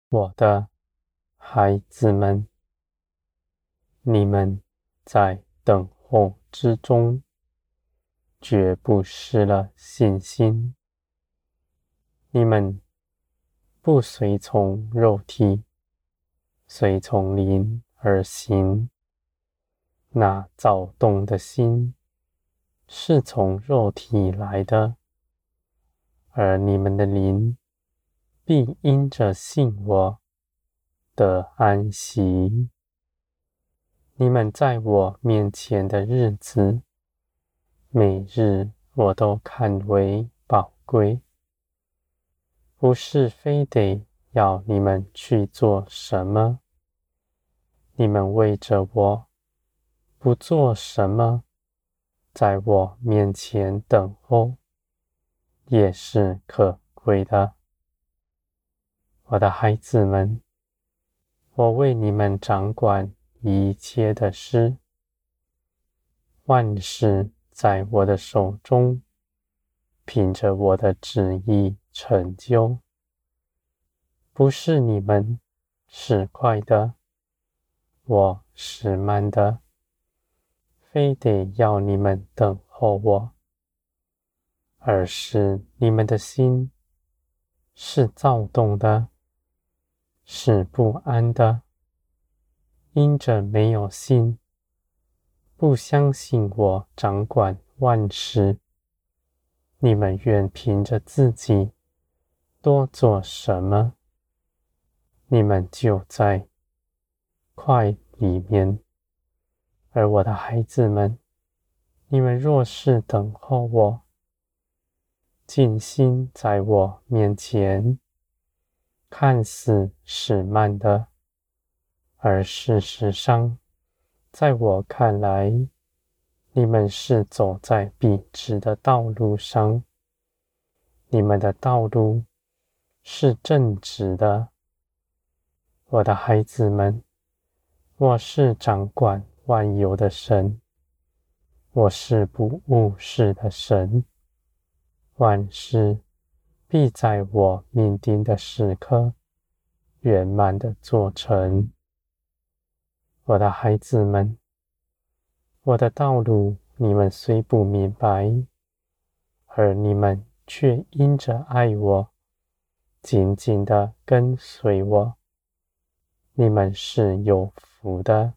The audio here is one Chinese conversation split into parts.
我的孩子们，你们在等候之中，绝不失了信心。你们不随从肉体，随从灵而行。那躁动的心是从肉体来的，而你们的灵必因着信我得安息。你们在我面前的日子，每日我都看为宝贵，不是非得要你们去做什么。你们为着我不做什么，在我面前等候，也是可贵的。我的孩子们，我为你们掌管一切的事，万事在我的手中，凭着我的旨意成就。不是你们是快的，我是慢的，非得要你们等候我，而是你们的心是躁动的，是不安的，因着没有信，不相信我掌管万事，你们愿凭着自己多做什么，你们就在快里面。而我的孩子们，你们若是等候我，静心在我面前，看似是慢的，而事实上，在我看来，你们是走在笔直的道路上，你们的道路是正直的。我的孩子们，我是掌管万有的神，我是不误事的神，万事必在我命定的时刻圆满的做成。我的孩子们，我的道路你们虽不明白，而你们却因着爱我，紧紧的跟随我，你们是有福的，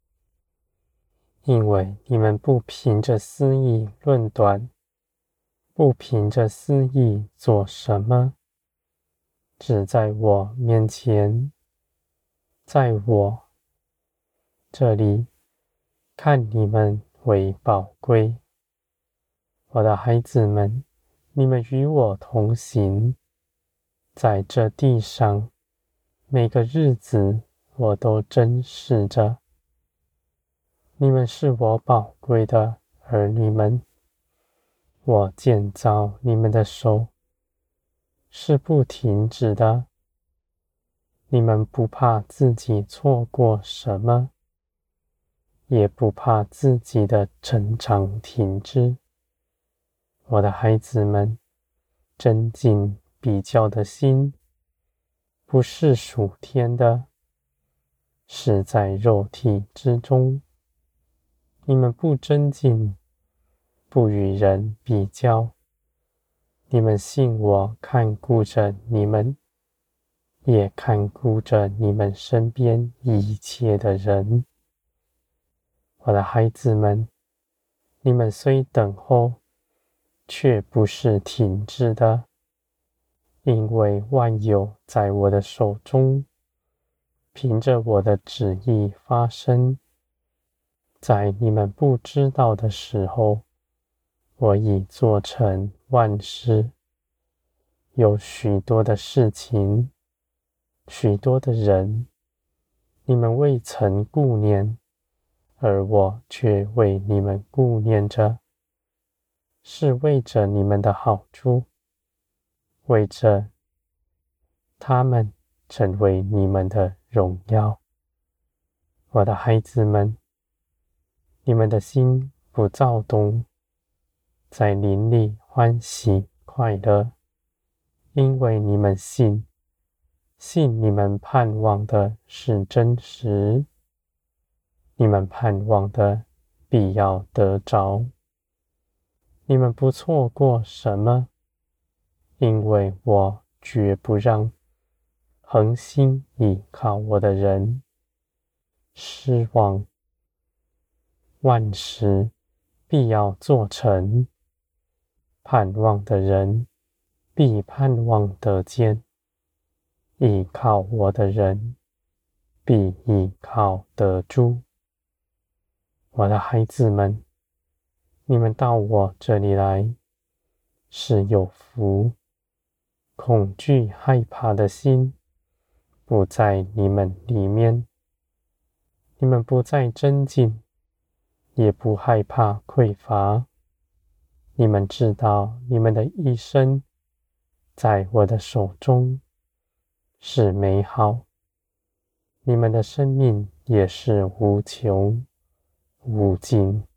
因为你们不凭着私意论断，不凭着私意做什么，只在我面前，在我这里看你们为宝贵。我的孩子们，你们与我同行，在这地上，每个日子我都珍视着。你们是我宝贵的儿女们，我建造你们的手是不停止的。你们不怕自己错过什么，也不怕自己的成长停滞。我的孩子们，增进比较的心，不是属天的，是在肉体之中。你们不增进，不与人比较，你们信我看顾着你们，也看顾着你们身边一切的人。我的孩子们，你们虽等候，却不是停滞的，因为万有在我的手中，凭着我的旨意发生。在你们不知道的时候，我已做成万事。有许多的事情，许多的人，你们未曾顾念，而我却为你们顾念着，是为着你们的好处，为着他们成为你们的荣耀。我的孩子们，你们的心不躁动，在灵里欢喜快乐，因为你们信信你们盼望的是真实，你们盼望的必要得着。你们不错过什么，因为我绝不让恒心倚靠我的人失望。万事必要做成，盼望的人必盼望得见，倚靠我的人必倚靠得住。我的孩子们，你们到我这里来是有福，恐惧害怕的心不在你们里面，你们不再增进，也不害怕匮乏。你们知道你们的一生在我的手中是美好，你们的生命也是无穷无尽。